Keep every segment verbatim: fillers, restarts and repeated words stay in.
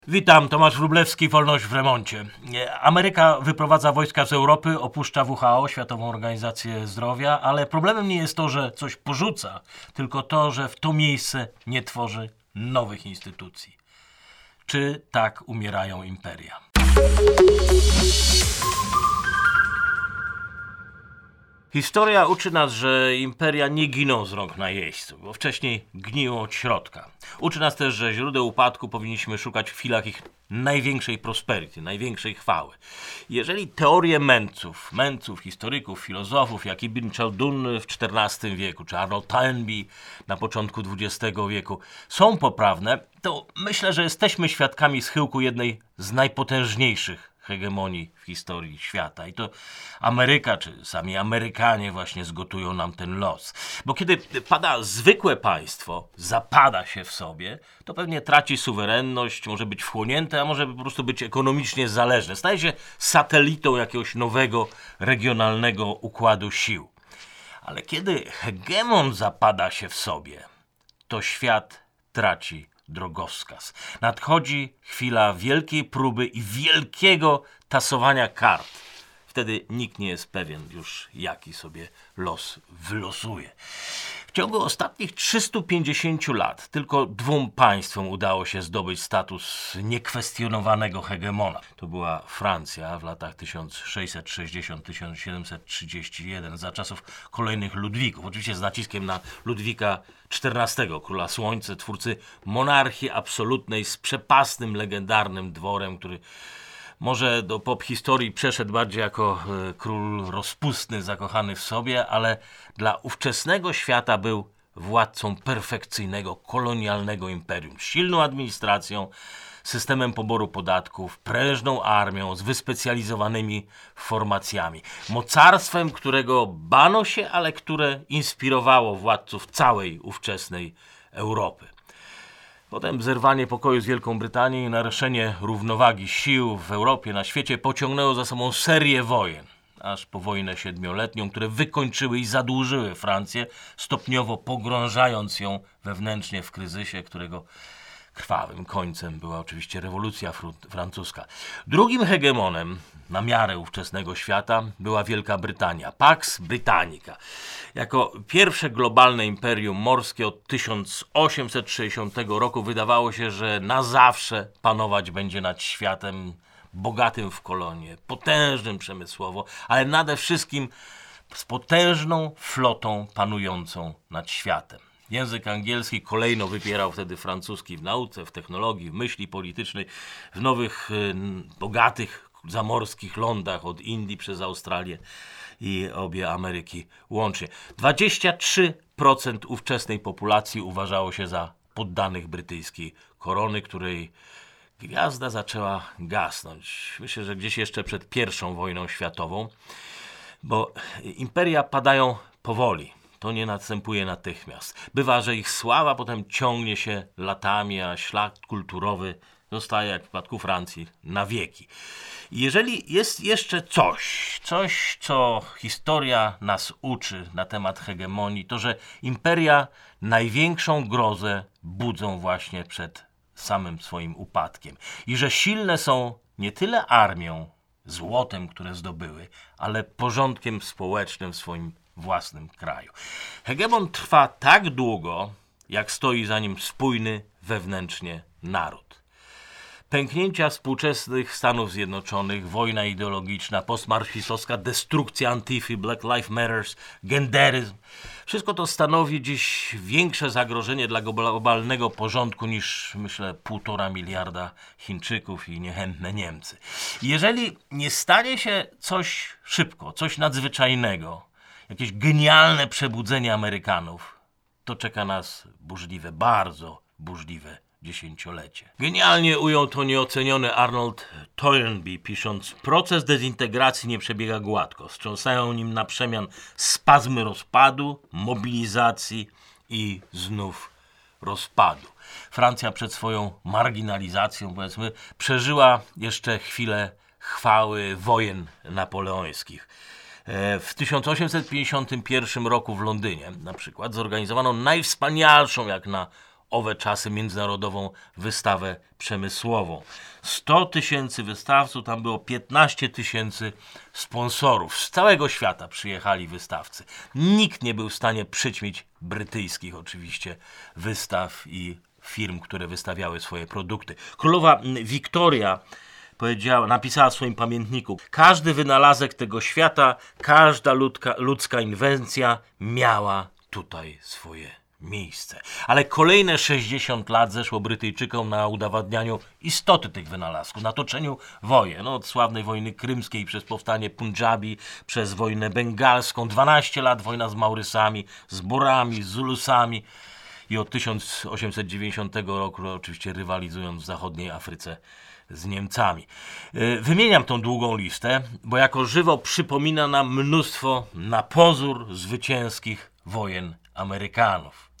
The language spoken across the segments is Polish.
Witam, Tomasz Wróblewski, Wolność w remoncie. Ameryka wyprowadza wojska z Europy, opuszcza W H O, Światową Organizację Zdrowia, ale problemem nie jest to, że coś porzuca, tylko to, że w to miejsce nie tworzy nowych instytucji. Czy tak umierają imperia? Historia uczy nas, że imperia nie giną z rąk najeźdźców, bo wcześniej gniją od środka. Uczy nas też, że źródeł upadku powinniśmy szukać w chwilach ich największej prosperity, największej chwały. Jeżeli teorie mędrców, mędrców, historyków, filozofów, jak Ibn Chaldun w czternastym wieku, czy Arnold Toynbee na początku dwudziestego wieku są poprawne, to myślę, że jesteśmy świadkami schyłku jednej z najpotężniejszych hegemonii w historii świata. I to Ameryka, czy sami Amerykanie właśnie zgotują nam ten los. Bo kiedy pada zwykłe państwo, zapada się w sobie, to pewnie traci suwerenność, może być wchłonięte, a może po prostu być ekonomicznie zależne. Staje się satelitą jakiegoś nowego, regionalnego układu sił. Ale kiedy hegemon zapada się w sobie, to świat traci drogowskaz. Nadchodzi chwila wielkiej próby i wielkiego tasowania kart. Wtedy nikt nie jest pewien już, jaki sobie los wylosuje. W ciągu ostatnich trzystu pięćdziesięciu lat tylko dwóm państwom udało się zdobyć status niekwestionowanego hegemona. To była Francja w latach tysiąc sześćset sześćdziesiąt do tysiąc siedemset trzydzieści jeden za czasów kolejnych Ludwików. Oczywiście z naciskiem na Ludwika czternastego, króla słońca, twórcy monarchii absolutnej z przepastnym, legendarnym dworem, który może do pop historii przeszedł bardziej jako e, król rozpustny, zakochany w sobie, ale dla ówczesnego świata był władcą perfekcyjnego, kolonialnego imperium. Z silną administracją, systemem poboru podatków, prężną armią, z wyspecjalizowanymi formacjami. Mocarstwem, którego bano się, ale które inspirowało władców całej ówczesnej Europy. Potem zerwanie pokoju z Wielką Brytanią i naruszenie równowagi sił w Europie, na świecie pociągnęło za sobą serię wojen, aż po wojnę siedmioletnią, które wykończyły i zadłużyły Francję, stopniowo pogrążając ją wewnętrznie w kryzysie, którego krwawym końcem była oczywiście rewolucja fru- francuska. Drugim hegemonem na miarę ówczesnego świata była Wielka Brytania, Pax Britannica. Jako pierwsze globalne imperium morskie od tysiąc osiemset sześćdziesiątego roku wydawało się, że na zawsze panować będzie nad światem, bogatym w kolonie, potężnym przemysłowo, ale nade wszystkim z potężną flotą panującą nad światem. Język angielski kolejno wypierał wtedy francuski w nauce, w technologii, w myśli politycznej, w nowych, y, bogatych, zamorskich lądach od Indii przez Australię i obie Ameryki łącznie. dwadzieścia trzy procent ówczesnej populacji uważało się za poddanych brytyjskiej korony, której gwiazda zaczęła gasnąć. Myślę, że gdzieś jeszcze przed pierwszą wojną światową, bo imperia padają powoli. To nie następuje natychmiast. Bywa, że ich sława potem ciągnie się latami, a ślad kulturowy zostaje, jak w przypadku Francji, na wieki. Jeżeli jest jeszcze coś, coś, co historia nas uczy na temat hegemonii, to że imperia największą grozę budzą właśnie przed samym swoim upadkiem. I że silne są nie tyle armią, złotem, które zdobyły, ale porządkiem społecznym w swoim własnym kraju. Hegemon trwa tak długo, jak stoi za nim spójny wewnętrznie naród. Pęknięcia współczesnych Stanów Zjednoczonych, wojna ideologiczna, postmarksistowska destrukcja Antify, Black Lives Matter, genderyzm. Wszystko to stanowi dziś większe zagrożenie dla globalnego porządku niż, myślę, półtora miliarda Chińczyków i niechętne Niemcy. Jeżeli nie stanie się coś szybko, coś nadzwyczajnego, jakieś genialne przebudzenie Amerykanów, to czeka nas burzliwe, bardzo burzliwe dziesięciolecie. Genialnie ujął to nieoceniony Arnold Toynbee, pisząc: proces dezintegracji nie przebiega gładko. Wstrząsają nim na przemian spazmy rozpadu, mobilizacji i znów rozpadu. Francja przed swoją marginalizacją, powiedzmy, przeżyła jeszcze chwilę chwały wojen napoleońskich. W tysiąc osiemset pięćdziesiątym pierwszym roku w Londynie na przykład zorganizowano najwspanialszą jak na owe czasy międzynarodową wystawę przemysłową. sto tysięcy wystawców, tam było piętnaście tysięcy sponsorów. Z całego świata przyjechali wystawcy. Nikt nie był w stanie przyćmić brytyjskich oczywiście wystaw i firm, które wystawiały swoje produkty. Królowa Wiktoria powiedziała, napisała w swoim pamiętniku: każdy wynalazek tego świata, każda ludzka, ludzka inwencja miała tutaj swoje miejsce. Ale kolejne sześćdziesiąt lat zeszło Brytyjczykom na udowadnianiu istoty tych wynalazków, na toczeniu wojen. No, od sławnej wojny krymskiej przez powstanie Punjabi, przez wojnę bengalską, dwanaście lat wojna z Maurysami, z Borami, z Zulusami i od tysiąc osiemset dziewięćdziesiątego roku oczywiście rywalizując w zachodniej Afryce z Niemcami. Wymieniam tą długą listę, bo jako żywo przypomina nam mnóstwo na pozór zwycięskich wojen Amerykanów.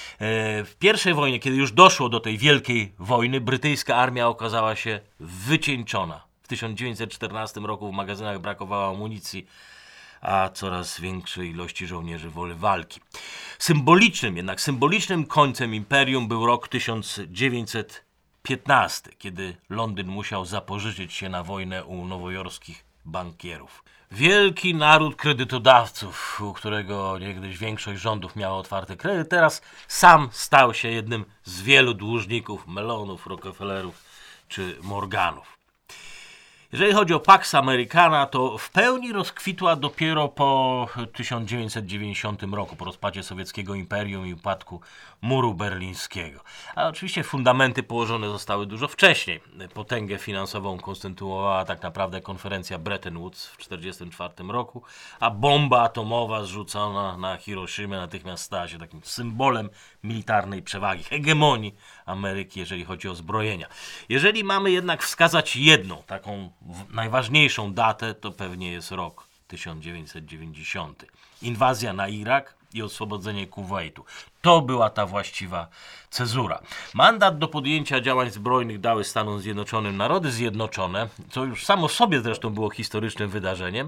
W pierwszej wojnie, kiedy już doszło do tej wielkiej wojny, brytyjska armia okazała się wycieńczona. W tysiąc dziewięćset czternastym roku w magazynach brakowało amunicji, a coraz większej ilości żołnierzy woli walki. Symbolicznym, jednak symbolicznym końcem imperium był rok tysiąc dziewięćset piętnasty, kiedy Londyn musiał zapożyczyć się na wojnę u nowojorskich bankierów. Wielki naród kredytodawców, u którego niegdyś większość rządów miała otwarty kredyt, teraz sam stał się jednym z wielu dłużników Mellonów, Rockefellerów czy Morganów. Jeżeli chodzi o Pax Americana, to w pełni rozkwitła dopiero po tysiąc dziewięćset dziewięćdziesiątym roku, po rozpadzie sowieckiego imperium i upadku muru berlińskiego. Ale oczywiście fundamenty położone zostały dużo wcześniej. Potęgę finansową konstytuowała tak naprawdę konferencja Bretton Woods w tysiąc dziewięćset czterdziestym czwartym roku, a bomba atomowa zrzucona na Hiroshimę natychmiast stała się takim symbolem militarnej przewagi, hegemonii Ameryki, jeżeli chodzi o zbrojenia. Jeżeli mamy jednak wskazać jedną, taką najważniejszą datę, to pewnie jest rok tysiąc dziewięćset dziewięćdziesiąty. Inwazja na Irak i oswobodzenie Kuwejtu. To była ta właściwa cezura. Mandat do podjęcia działań zbrojnych dały Stanom Zjednoczonym Narody Zjednoczone, co już samo w sobie zresztą było historycznym wydarzeniem.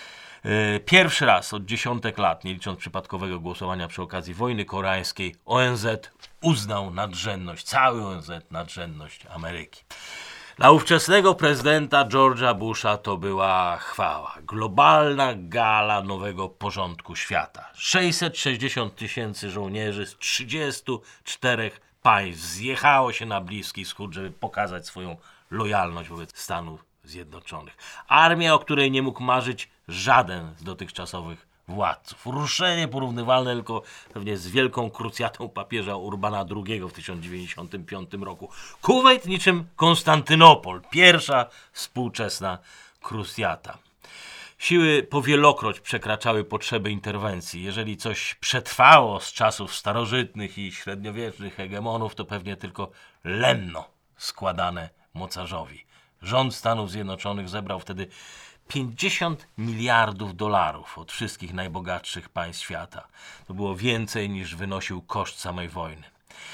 Pierwszy raz od dziesiątek lat, nie licząc przypadkowego głosowania przy okazji wojny koreańskiej, O N Z uznał nadrzędność, cały O N Z nadrzędność Ameryki. Dla ówczesnego prezydenta George'a Busha to była chwała. Globalna gala nowego porządku świata. sześćset sześćdziesiąt tysięcy żołnierzy z trzydziestu czterech państw zjechało się na Bliski Wschód, żeby pokazać swoją lojalność wobec Stanów Zjednoczonych. Armia, o której nie mógł marzyć żaden z dotychczasowych władców. Ruszenie porównywalne tylko pewnie z wielką krucjatą papieża Urbana drugiego w tysiąc dziewięćdziesiątym piątym roku. Kuwejt niczym Konstantynopol, pierwsza współczesna krucjata. Siły powielokroć przekraczały potrzeby interwencji. Jeżeli coś przetrwało z czasów starożytnych i średniowiecznych hegemonów, to pewnie tylko Lemno składane mocarzowi. Rząd Stanów Zjednoczonych zebrał wtedy pięćdziesiąt miliardów dolarów od wszystkich najbogatszych państw świata. To było więcej niż wynosił koszt samej wojny.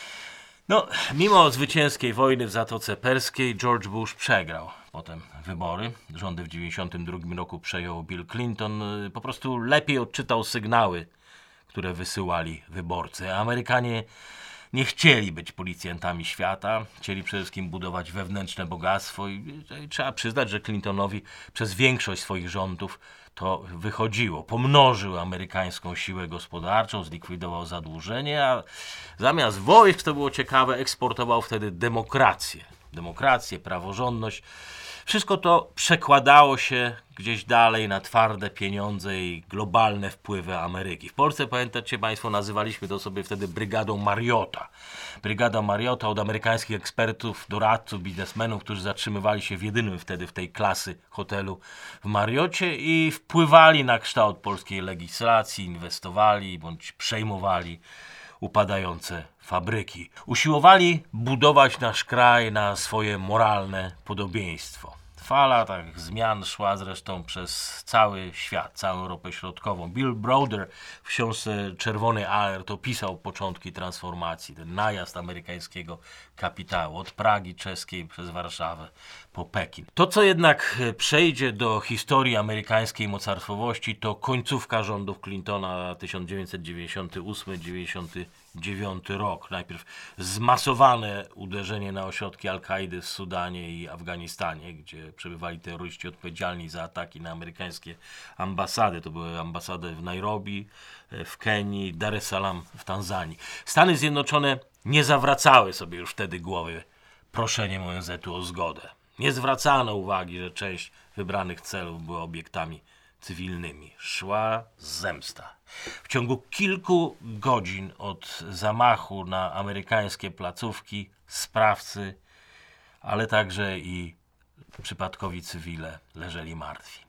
No, mimo zwycięskiej wojny w Zatoce Perskiej George Bush przegrał potem wybory. Rządy w dziewięćdziesiątym drugim roku przejął Bill Clinton. Po prostu lepiej odczytał sygnały, które wysyłali wyborcy. Amerykanie nie chcieli być policjantami świata, chcieli przede wszystkim budować wewnętrzne bogactwo i, i trzeba przyznać, że Clintonowi przez większość swoich rządów to wychodziło. Pomnożył amerykańską siłę gospodarczą, zlikwidował zadłużenie, a zamiast wojsk, to było ciekawe, eksportował wtedy demokrację. Demokrację, praworządność. Wszystko to przekładało się gdzieś dalej na twarde pieniądze i globalne wpływy Ameryki. W Polsce, pamiętacie Państwo, nazywaliśmy to sobie wtedy Brygadą Mariota. Brygada Mariota od amerykańskich ekspertów, doradców, biznesmenów, którzy zatrzymywali się w jedynym wtedy w tej klasy hotelu w Mariocie i wpływali na kształt polskiej legislacji, inwestowali bądź przejmowali upadające fabryki. Usiłowali budować nasz kraj na swoje moralne podobieństwo. Fala tak zmian szła zresztą przez cały świat, całą Europę Środkową. Bill Browder w książce Czerwony Alert opisał początki transformacji, ten najazd amerykańskiego kapitału od Pragi czeskiej przez Warszawę po Pekin. To, co jednak przejdzie do historii amerykańskiej mocarstwowości, to końcówka rządów Clintona tysiąc dziewięćset dziewięćdziesiąty ósmy dziewięćdziesiąty dziewiąty rok. Najpierw zmasowane uderzenie na ośrodki Al-Kaidy w Sudanie i Afganistanie, gdzie przebywali terroryści odpowiedzialni za ataki na amerykańskie ambasady. To były ambasady w Nairobi, w Kenii, Dar es Salaam w Tanzanii. Stany Zjednoczone nie zawracały sobie już wtedy głowy proszeniem O N Z-u o zgodę. Nie zwracano uwagi, że część wybranych celów była obiektami cywilnymi. Szła zemsta. W ciągu kilku godzin od zamachu na amerykańskie placówki sprawcy, ale także i przypadkowi cywile leżeli martwi.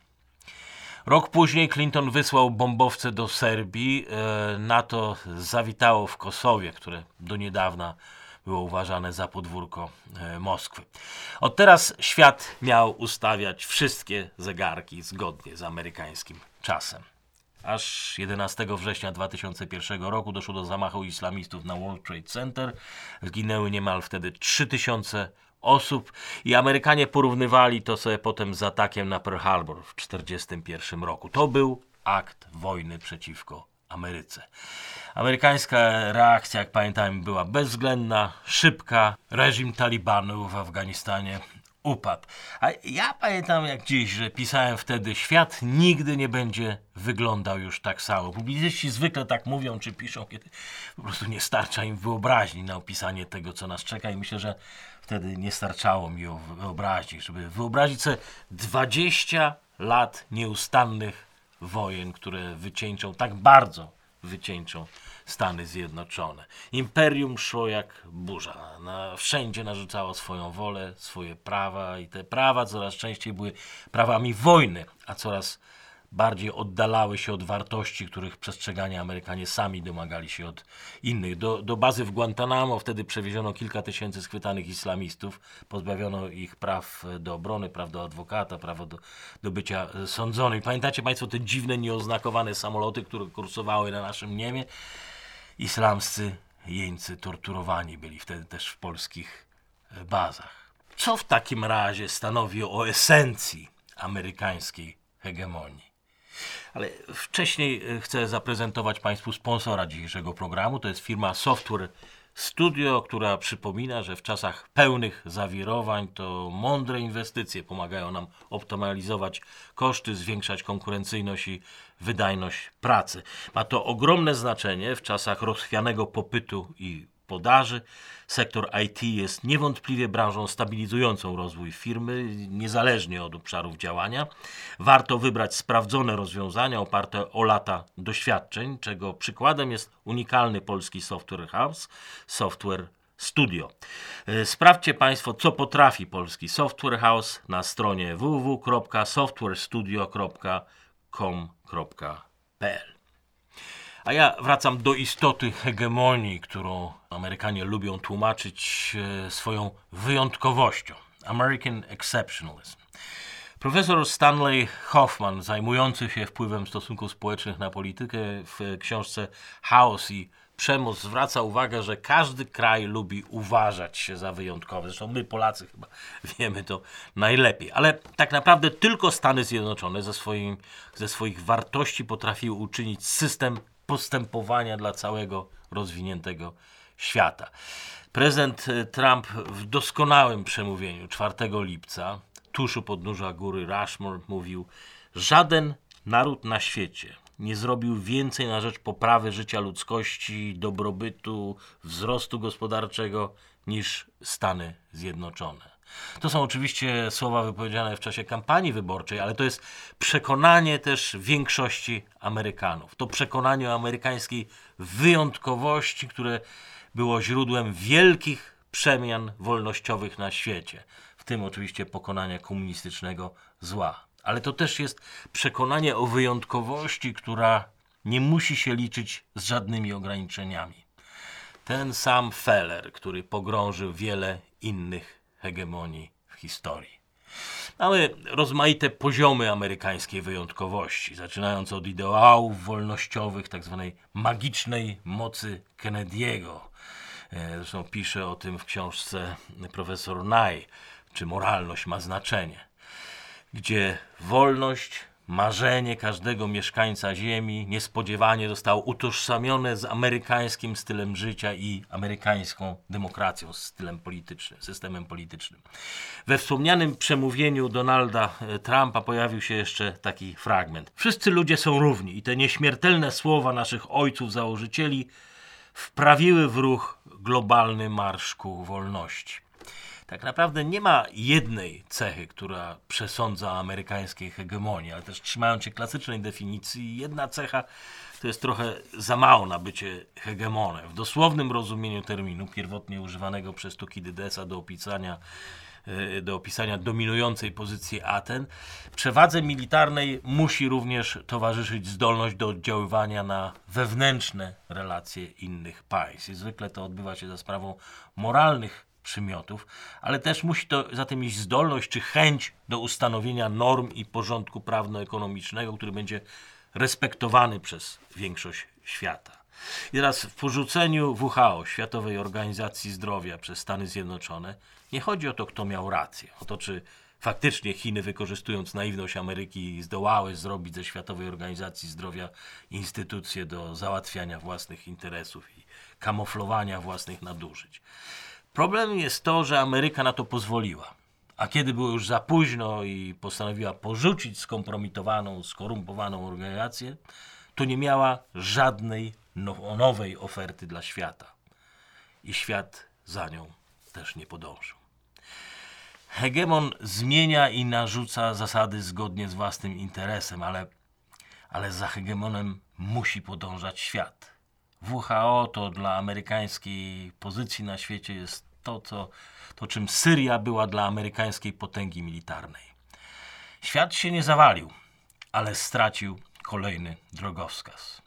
Rok później Clinton wysłał bombowce do Serbii. NATO zawitało w Kosowie, które do niedawna było uważane za podwórko Moskwy. Od teraz świat miał ustawiać wszystkie zegarki zgodnie z amerykańskim czasem. Aż jedenastego września dwa tysiące pierwszego roku doszło do zamachu islamistów na World Trade Center. Zginęły niemal wtedy trzy tysiące osób i Amerykanie porównywali to sobie potem z atakiem na Pearl Harbor w tysiąc dziewięćset czterdziestym pierwszym roku. To był akt wojny przeciwko Ameryce. Amerykańska reakcja, jak pamiętamy, była bezwzględna, szybka. Reżim Talibanu w Afganistanie upadł. A ja pamiętam jak dziś, że pisałem wtedy, świat nigdy nie będzie wyglądał już tak samo. Publicyści zwykle tak mówią czy piszą, kiedy po prostu nie starcza im wyobraźni na opisanie tego, co nas czeka i myślę, że wtedy nie starczało mi o wyobraźni, żeby wyobrazić sobie dwadzieścia lat nieustannych wojen, które wycieńczą, tak bardzo wycieńczą Stany Zjednoczone. Imperium szło jak burza. Na, wszędzie narzucało swoją wolę, swoje prawa i te prawa coraz częściej były prawami wojny, a coraz bardziej oddalały się od wartości, których przestrzegania Amerykanie sami domagali się od innych. Do, do bazy w Guantanamo wtedy przewieziono kilka tysięcy schwytanych islamistów, pozbawiono ich praw do obrony, praw do adwokata, prawa do, do bycia sądzonym. Pamiętacie Państwo te dziwne, nieoznakowane samoloty, które kursowały na naszym niebie? Islamscy jeńcy torturowani byli wtedy też w polskich bazach. Co w takim razie stanowi o esencji amerykańskiej hegemonii? Ale wcześniej chcę zaprezentować Państwu sponsora dzisiejszego programu. To jest firma Software Studio, która przypomina, że w czasach pełnych zawirowań to mądre inwestycje pomagają nam optymalizować koszty, zwiększać konkurencyjność i wydajność pracy. Ma to ogromne znaczenie w czasach rozchwianego popytu i podaży. Sektor I T jest niewątpliwie branżą stabilizującą rozwój firmy, niezależnie od obszarów działania. Warto wybrać sprawdzone rozwiązania oparte o lata doświadczeń, czego przykładem jest unikalny polski software house, Software Studio. Sprawdźcie Państwo, co potrafi polski software house na stronie w w w kropka software studio kropka com kropka p l. A ja wracam do istoty hegemonii, którą Amerykanie lubią tłumaczyć e, swoją wyjątkowością. American Exceptionalism. Profesor Stanley Hoffman, zajmujący się wpływem stosunków społecznych na politykę, w książce Chaos i Przemoc zwraca uwagę, że każdy kraj lubi uważać się za wyjątkowy. Zresztą my Polacy chyba wiemy to najlepiej. Ale tak naprawdę tylko Stany Zjednoczone ze, swoim, ze swoich wartości potrafiły uczynić system postępowania dla całego rozwiniętego świata. Prezydent Trump w doskonałym przemówieniu czwartego lipca, tuż u podnóża góry Rushmore, mówił: żaden naród na świecie nie zrobił więcej na rzecz poprawy życia ludzkości, dobrobytu, wzrostu gospodarczego niż Stany Zjednoczone. To są oczywiście słowa wypowiedziane w czasie kampanii wyborczej, ale to jest przekonanie też większości Amerykanów. To przekonanie o amerykańskiej wyjątkowości, które było źródłem wielkich przemian wolnościowych na świecie, w tym oczywiście pokonania komunistycznego zła. Ale to też jest przekonanie o wyjątkowości, która nie musi się liczyć z żadnymi ograniczeniami. Ten sam Feller, który pogrążył wiele innych hegemonii w historii. Mamy rozmaite poziomy amerykańskiej wyjątkowości, zaczynając od ideałów wolnościowych, tak zwanej magicznej mocy Kennedy'ego. Zresztą pisze o tym w książce profesor Nye, czy moralność ma znaczenie, gdzie wolność marzenie każdego mieszkańca Ziemi niespodziewanie zostało utożsamione z amerykańskim stylem życia i amerykańską demokracją, stylem politycznym, systemem politycznym. We wspomnianym przemówieniu Donalda Trumpa pojawił się jeszcze taki fragment. Wszyscy ludzie są równi i te nieśmiertelne słowa naszych ojców założycieli wprawiły w ruch globalny marsz ku wolności. Tak naprawdę nie ma jednej cechy, która przesądza amerykańskiej hegemonii, ale też trzymając się klasycznej definicji, jedna cecha to jest trochę za mało na bycie hegemonem. W dosłownym rozumieniu terminu, pierwotnie używanego przez Tukidydesa do opisania, do opisania dominującej pozycji Aten, przewadze militarnej musi również towarzyszyć zdolność do oddziaływania na wewnętrzne relacje innych państw. I zwykle to odbywa się za sprawą moralnych przymiotów, ale też musi to za tym iść zdolność czy chęć do ustanowienia norm i porządku prawno-ekonomicznego, który będzie respektowany przez większość świata. I teraz w porzuceniu W H O, Światowej Organizacji Zdrowia, przez Stany Zjednoczone, nie chodzi o to, kto miał rację, o to, czy faktycznie Chiny, wykorzystując naiwność Ameryki, zdołały zrobić ze Światowej Organizacji Zdrowia instytucję do załatwiania własnych interesów i kamuflowania własnych nadużyć. Problem jest to, że Ameryka na to pozwoliła, a kiedy było już za późno i postanowiła porzucić skompromitowaną, skorumpowaną organizację, to nie miała żadnej now- nowej oferty dla świata. I świat za nią też nie podążył. Hegemon zmienia i narzuca zasady zgodnie z własnym interesem, ale, ale za hegemonem musi podążać świat. W H O to dla amerykańskiej pozycji na świecie jest to, co, to, czym Syria była dla amerykańskiej potęgi militarnej. Świat się nie zawalił, ale stracił kolejny drogowskaz.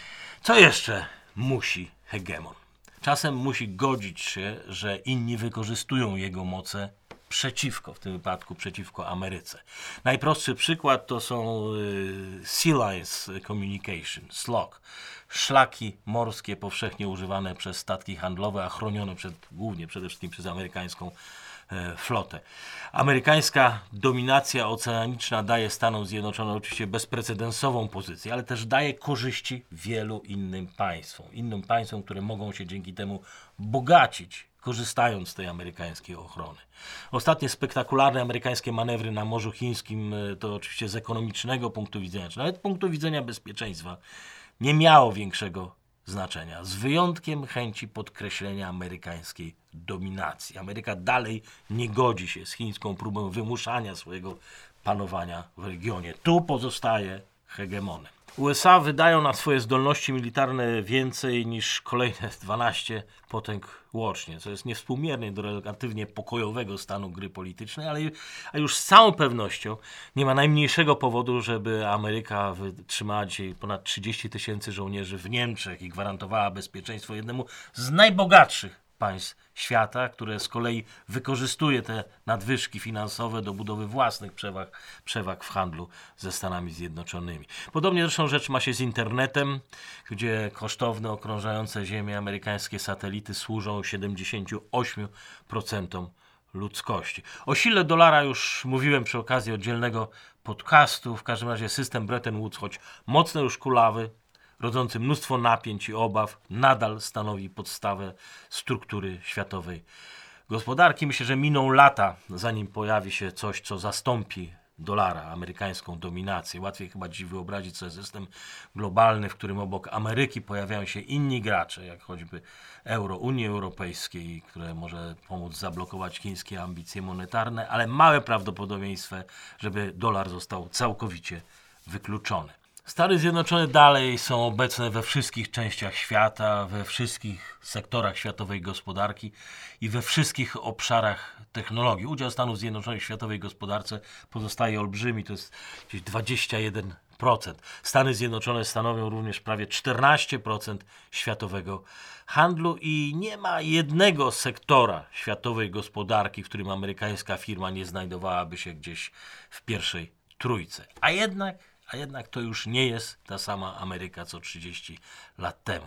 Co jeszcze musi hegemon? Czasem musi godzić się, że inni wykorzystują jego moce przeciwko, w tym wypadku przeciwko Ameryce. Najprostszy przykład to są y, Sea Lines Communication, S L O C. Szlaki morskie powszechnie używane przez statki handlowe, a chronione przed, głównie przede wszystkim przez amerykańską e, flotę. Amerykańska dominacja oceaniczna daje Stanom Zjednoczonym oczywiście bezprecedensową pozycję, ale też daje korzyści wielu innym państwom. Innym państwom, które mogą się dzięki temu bogacić, korzystając z tej amerykańskiej ochrony. Ostatnie spektakularne amerykańskie manewry na Morzu Chińskim to oczywiście z ekonomicznego punktu widzenia, czy nawet punktu widzenia bezpieczeństwa, nie miało większego znaczenia, z wyjątkiem chęci podkreślenia amerykańskiej dominacji. Ameryka dalej nie godzi się z chińską próbą wymuszania swojego panowania w regionie. Tu pozostaje hegemonem. U S A wydają na swoje zdolności militarne więcej niż kolejne dwanaście potęg łącznie, co jest niewspółmiernie do relatywnie pokojowego stanu gry politycznej, ale a już z całą pewnością nie ma najmniejszego powodu, żeby Ameryka wytrzymała dzisiaj ponad trzydzieści tysięcy żołnierzy w Niemczech i gwarantowała bezpieczeństwo jednemu z najbogatszych państw świata, które z kolei wykorzystuje te nadwyżki finansowe do budowy własnych przewag, przewag w handlu ze Stanami Zjednoczonymi. Podobnie zresztą rzecz ma się z internetem, gdzie kosztowne, okrążające Ziemię amerykańskie satelity służą siedemdziesięciu ośmiu procentom ludzkości. O sile dolara już mówiłem przy okazji oddzielnego podcastu. W każdym razie system Bretton Woods, choć mocno już kulawy, rodzący mnóstwo napięć i obaw, nadal stanowi podstawę struktury światowej gospodarki. Myślę, że miną lata, zanim pojawi się coś, co zastąpi dolara, amerykańską dominację. Łatwiej chyba dziś wyobrazić sobie system globalny, w którym obok Ameryki pojawiają się inni gracze, jak choćby euro Unii Europejskiej, które może pomóc zablokować chińskie ambicje monetarne, ale małe prawdopodobieństwo, żeby dolar został całkowicie wykluczony. Stany Zjednoczone dalej są obecne we wszystkich częściach świata, we wszystkich sektorach światowej gospodarki i we wszystkich obszarach technologii. Udział Stanów Zjednoczonych w światowej gospodarce pozostaje olbrzymi, to jest gdzieś dwadzieścia jeden procent. Stany Zjednoczone stanowią również prawie czternaście procent światowego handlu i nie ma jednego sektora światowej gospodarki, w którym amerykańska firma nie znajdowałaby się gdzieś w pierwszej trójce. A jednak A jednak to już nie jest ta sama Ameryka co trzydzieści lat temu.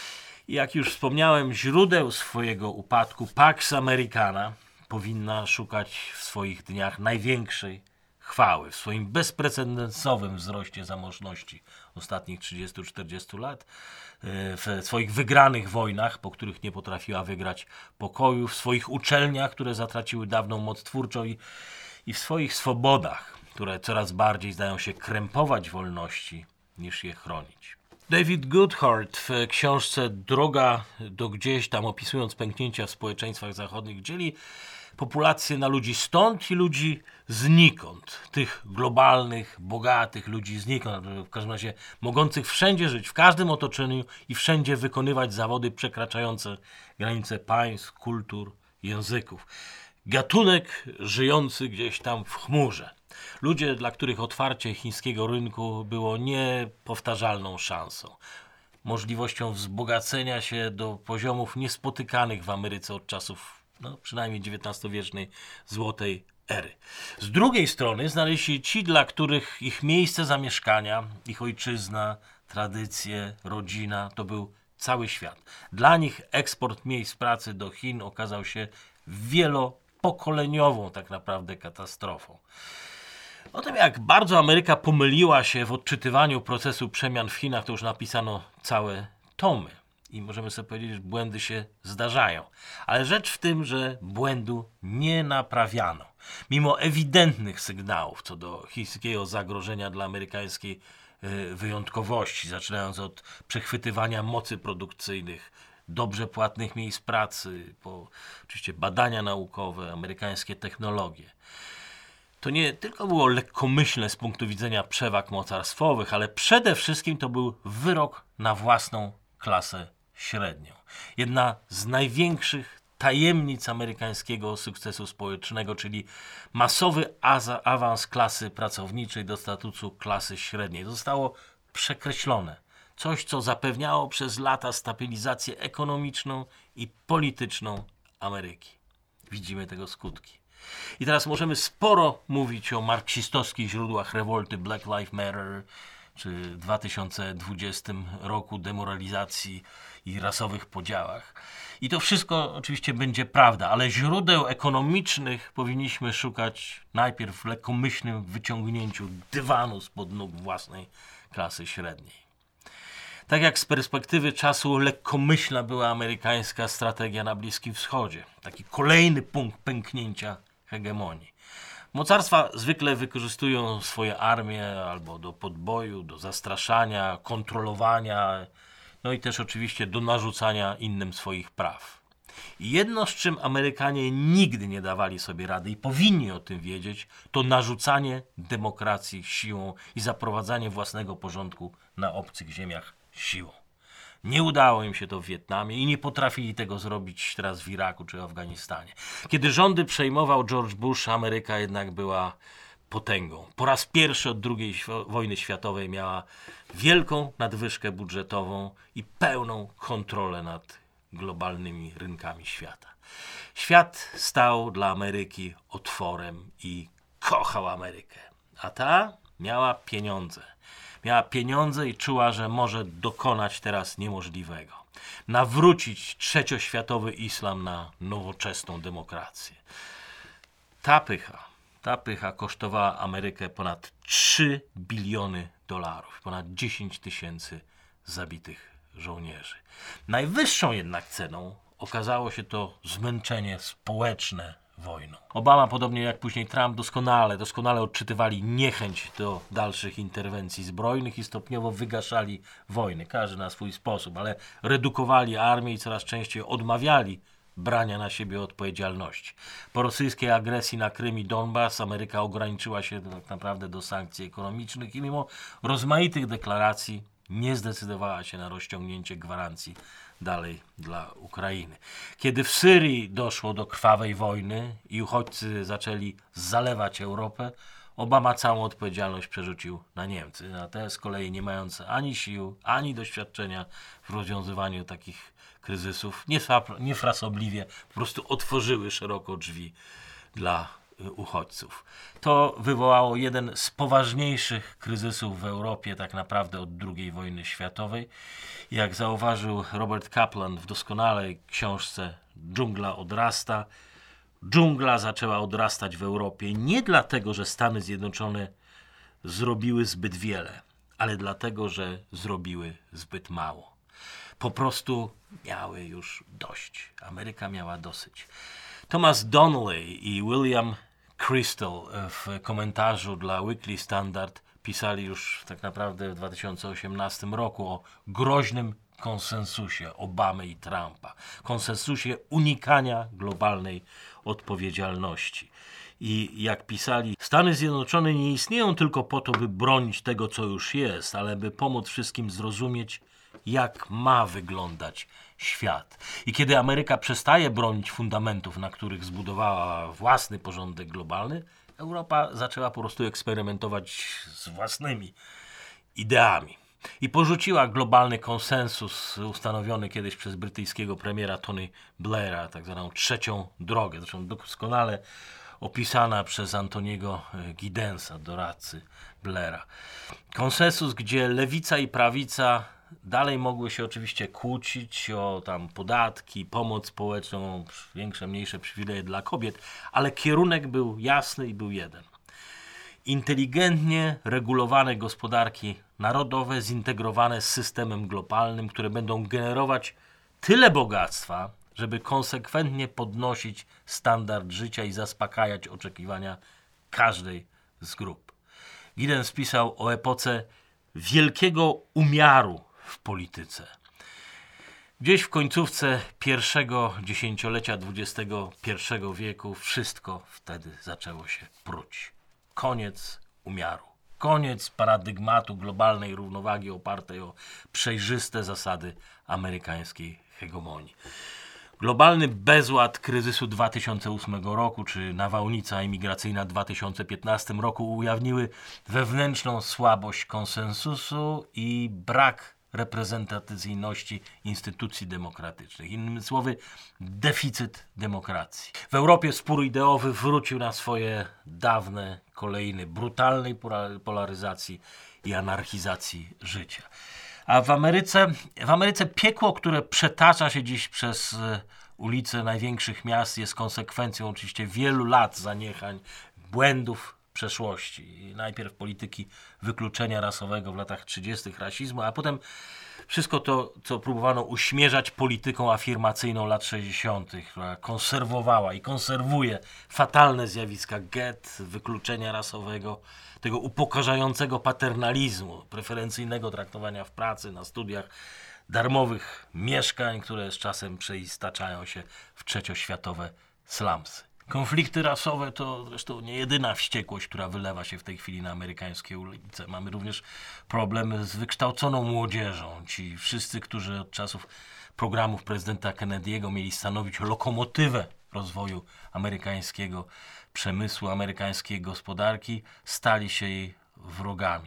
I jak już wspomniałem, źródeł swojego upadku Pax Americana powinna szukać w swoich dniach największej chwały, w swoim bezprecedensowym wzroście zamożności ostatnich trzydziestu czterdziestu lat, w swoich wygranych wojnach, po których nie potrafiła wygrać pokoju, w swoich uczelniach, które zatraciły dawną moc twórczą i, i w swoich swobodach, które coraz bardziej zdają się krępować wolności niż je chronić. David Goodhart w książce Droga do gdzieś tam, opisując pęknięcia w społeczeństwach zachodnich, dzieli populację na ludzi stąd i ludzi znikąd. Tych globalnych, bogatych ludzi znikąd, w każdym razie mogących wszędzie żyć, w każdym otoczeniu i wszędzie wykonywać zawody przekraczające granice państw, kultur, języków. Gatunek żyjący gdzieś tam w chmurze. Ludzie, dla których otwarcie chińskiego rynku było niepowtarzalną szansą. Możliwością wzbogacenia się do poziomów niespotykanych w Ameryce od czasów no, przynajmniej dziewiętnastowiecznej złotej ery. Z drugiej strony znaleźli ci, dla których ich miejsce zamieszkania, ich ojczyzna, tradycje, rodzina to był cały świat. Dla nich eksport miejsc pracy do Chin okazał się wielopokoleniową tak naprawdę katastrofą. O tym, jak bardzo Ameryka pomyliła się w odczytywaniu procesu przemian w Chinach, to już napisano całe tomy. I możemy sobie powiedzieć, że błędy się zdarzają. Ale rzecz w tym, że błędu nie naprawiano. Mimo ewidentnych sygnałów co do chińskiego zagrożenia dla amerykańskiej y, wyjątkowości, zaczynając od przechwytywania mocy produkcyjnych, dobrze płatnych miejsc pracy, po oczywiście badania naukowe, amerykańskie technologie. To nie tylko było lekkomyślne z punktu widzenia przewag mocarstwowych, ale przede wszystkim to był wyrok na własną klasę średnią. Jedna z największych tajemnic amerykańskiego sukcesu społecznego, czyli masowy awans klasy pracowniczej do statusu klasy średniej, zostało przekreślone. Coś, co zapewniało przez lata stabilizację ekonomiczną i polityczną Ameryki. Widzimy tego skutki. I teraz możemy sporo mówić o marksistowskich źródłach rewolty Black Lives Matter, czy w dwa tysiące dwudziestym roku demoralizacji i rasowych podziałach. I to wszystko oczywiście będzie prawda, ale źródeł ekonomicznych powinniśmy szukać najpierw w lekkomyślnym wyciągnięciu dywanu spod nóg własnej klasy średniej. Tak jak z perspektywy czasu lekkomyślna była amerykańska strategia na Bliskim Wschodzie. Taki kolejny punkt pęknięcia hegemonii. Mocarstwa zwykle wykorzystują swoje armie albo do podboju, do zastraszania, kontrolowania, no i też oczywiście do narzucania innym swoich praw. I jedno, z czym Amerykanie nigdy nie dawali sobie rady i powinni o tym wiedzieć, to narzucanie demokracji siłą i zaprowadzanie własnego porządku na obcych ziemiach siłą. Nie udało im się to w Wietnamie i nie potrafili tego zrobić teraz w Iraku czy Afganistanie. Kiedy rządy przejmował George Bush, Ameryka jednak była potęgą. Po raz pierwszy od drugiej wojny światowej miała wielką nadwyżkę budżetową i pełną kontrolę nad globalnymi rynkami świata. Świat stał dla Ameryki otworem i kochał Amerykę. A ta miała pieniądze. Miała pieniądze i czuła, że może dokonać teraz niemożliwego. Nawrócić trzecioświatowy islam na nowoczesną demokrację. Ta pycha, ta pycha kosztowała Amerykę ponad trzy biliony dolarów. Ponad dziesięć tysięcy zabitych żołnierzy. Najwyższą jednak ceną okazało się to zmęczenie społeczne wojną. Obama, podobnie jak później Trump, doskonale, doskonale odczytywali niechęć do dalszych interwencji zbrojnych i stopniowo wygaszali wojny, każdy na swój sposób, ale redukowali armię i coraz częściej odmawiali brania na siebie odpowiedzialności. Po rosyjskiej agresji na Krym i Donbas Ameryka ograniczyła się tak naprawdę do sankcji ekonomicznych i mimo rozmaitych deklaracji nie zdecydowała się na rozciągnięcie gwarancji dalej dla Ukrainy. Kiedy w Syrii doszło do krwawej wojny i uchodźcy zaczęli zalewać Europę, Obama całą odpowiedzialność przerzucił na Niemcy, a te z kolei nie mające ani sił, ani doświadczenia w rozwiązywaniu takich kryzysów, niefrasobliwie po prostu otworzyły szeroko drzwi dla uchodźców. To wywołało jeden z poważniejszych kryzysów w Europie tak naprawdę od drugiej wojny światowej. Jak zauważył Robert Kaplan w doskonałej książce Dżungla odrasta, Dżungla zaczęła odrastać w Europie nie dlatego, że Stany Zjednoczone zrobiły zbyt wiele, ale dlatego, że zrobiły zbyt mało. Po prostu miały już dość. Ameryka miała dosyć. Thomas Donnelly i William Crystal w komentarzu dla Weekly Standard pisali już tak naprawdę w dwa tysiące osiemnastym roku o groźnym konsensusie Obamy i Trumpa. Konsensusie unikania globalnej odpowiedzialności. I jak pisali, Stany Zjednoczone nie istnieją tylko po to, by bronić tego, co już jest, ale by pomóc wszystkim zrozumieć, jak ma wyglądać świat. I kiedy Ameryka przestaje bronić fundamentów, na których zbudowała własny porządek globalny, Europa zaczęła po prostu eksperymentować z własnymi ideami. I porzuciła globalny konsensus ustanowiony kiedyś przez brytyjskiego premiera Tony Blaira, tak zwaną trzecią drogę, zresztą doskonale opisana przez Antoniego Giddensa, doradcy Blaira. Konsensus, gdzie lewica i prawica dalej mogły się oczywiście kłócić o tam podatki, pomoc społeczną, większe, mniejsze przywileje dla kobiet, ale kierunek był jasny i był jeden. Inteligentnie regulowane gospodarki narodowe, zintegrowane z systemem globalnym, które będą generować tyle bogactwa, żeby konsekwentnie podnosić standard życia i zaspokajać oczekiwania każdej z grup. Giddens pisał o epoce wielkiego umiaru w polityce. Gdzieś w końcówce pierwszego dziesięciolecia dwudziestego pierwszego wieku wszystko wtedy zaczęło się pruć. Koniec umiaru. Koniec paradygmatu globalnej równowagi opartej o przejrzyste zasady amerykańskiej hegemonii. Globalny bezład kryzysu dwa tysiące ósmego roku czy nawałnica imigracyjna w dwa tysiące piętnastym roku ujawniły wewnętrzną słabość konsensusu i brak reprezentacyjności instytucji demokratycznych. Innymi słowy, deficyt demokracji. W Europie spór ideowy wrócił na swoje dawne kolejny brutalnej polaryzacji i anarchizacji życia. A w Ameryce, w Ameryce piekło, które przetacza się dziś przez ulice największych miast, jest konsekwencją oczywiście wielu lat zaniechań, błędów przeszłości. Najpierw polityki wykluczenia rasowego w latach trzydziestych, rasizmu, a potem wszystko to, co próbowano uśmierzać polityką afirmacyjną lat sześćdziesiątych, która konserwowała i konserwuje fatalne zjawiska get, wykluczenia rasowego, tego upokarzającego paternalizmu, preferencyjnego traktowania w pracy, na studiach, darmowych mieszkań, które z czasem przeistaczają się w trzecioświatowe slumsy. Konflikty rasowe to zresztą nie jedyna wściekłość, która wylewa się w tej chwili na amerykańskie ulice. Mamy również problemy z wykształconą młodzieżą. Ci wszyscy, którzy od czasów programów prezydenta Kennedy'ego mieli stanowić lokomotywę rozwoju amerykańskiego przemysłu, amerykańskiej gospodarki, stali się jej wrogami.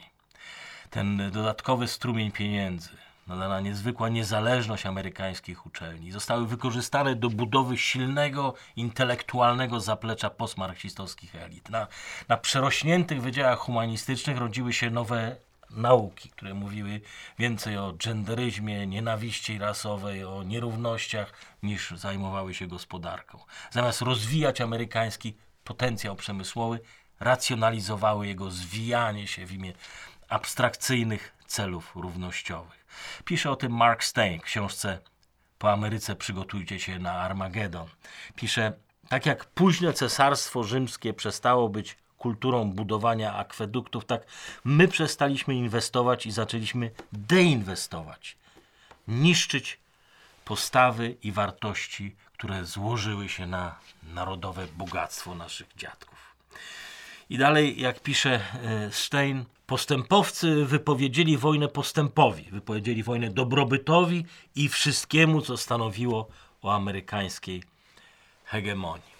Ten dodatkowy strumień pieniędzy, nadana niezwykła niezależność amerykańskich uczelni zostały wykorzystane do budowy silnego, intelektualnego zaplecza postmarksistowskich elit. Na, na przerośniętych wydziałach humanistycznych rodziły się nowe nauki, które mówiły więcej o genderyzmie, nienawiści rasowej, o nierównościach, niż zajmowały się gospodarką. Zamiast rozwijać amerykański potencjał przemysłowy, racjonalizowały jego zwijanie się w imię abstrakcyjnych celów równościowych. Pisze o tym Mark Steyn w książce Po Ameryce przygotujcie się na Armagedon. Pisze, tak jak późne cesarstwo rzymskie przestało być kulturą budowania akweduktów, tak my przestaliśmy inwestować i zaczęliśmy deinwestować. Niszczyć postawy i wartości, które złożyły się na narodowe bogactwo naszych dziadków. I dalej, jak pisze Stein, postępowcy wypowiedzieli wojnę postępowi, wypowiedzieli wojnę dobrobytowi i wszystkiemu, co stanowiło o amerykańskiej hegemonii.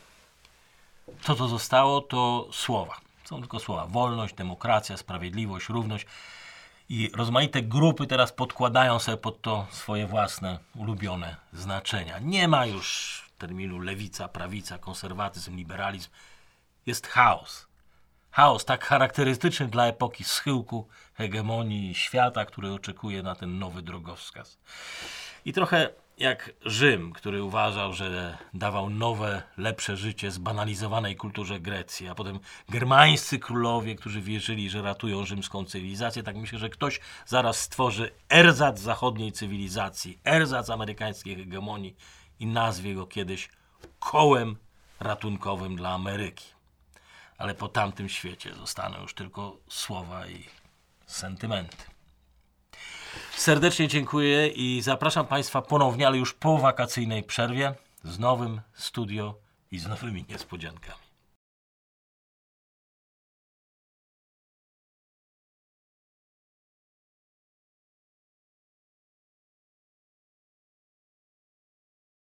Co to zostało, to słowa. Są tylko słowa. Wolność, demokracja, sprawiedliwość, równość. I rozmaite grupy teraz podkładają sobie pod to swoje własne ulubione znaczenia. Nie ma już terminu lewica, prawica, konserwatyzm, liberalizm. Jest chaos. Chaos tak charakterystyczny dla epoki schyłku hegemonii świata, który oczekuje na ten nowy drogowskaz. I trochę jak Rzym, który uważał, że dawał nowe, lepsze życie zbanalizowanej kulturze Grecji, a potem germańscy królowie, którzy wierzyli, że ratują rzymską cywilizację, tak myślę, że ktoś zaraz stworzy ersatz zachodniej cywilizacji, ersatz amerykańskiej hegemonii i nazwie go kiedyś kołem ratunkowym dla Ameryki. Ale po tamtym świecie zostaną już tylko słowa i sentymenty. Serdecznie dziękuję i zapraszam Państwa ponownie, ale już po wakacyjnej przerwie z nowym studio i z nowymi niespodziankami.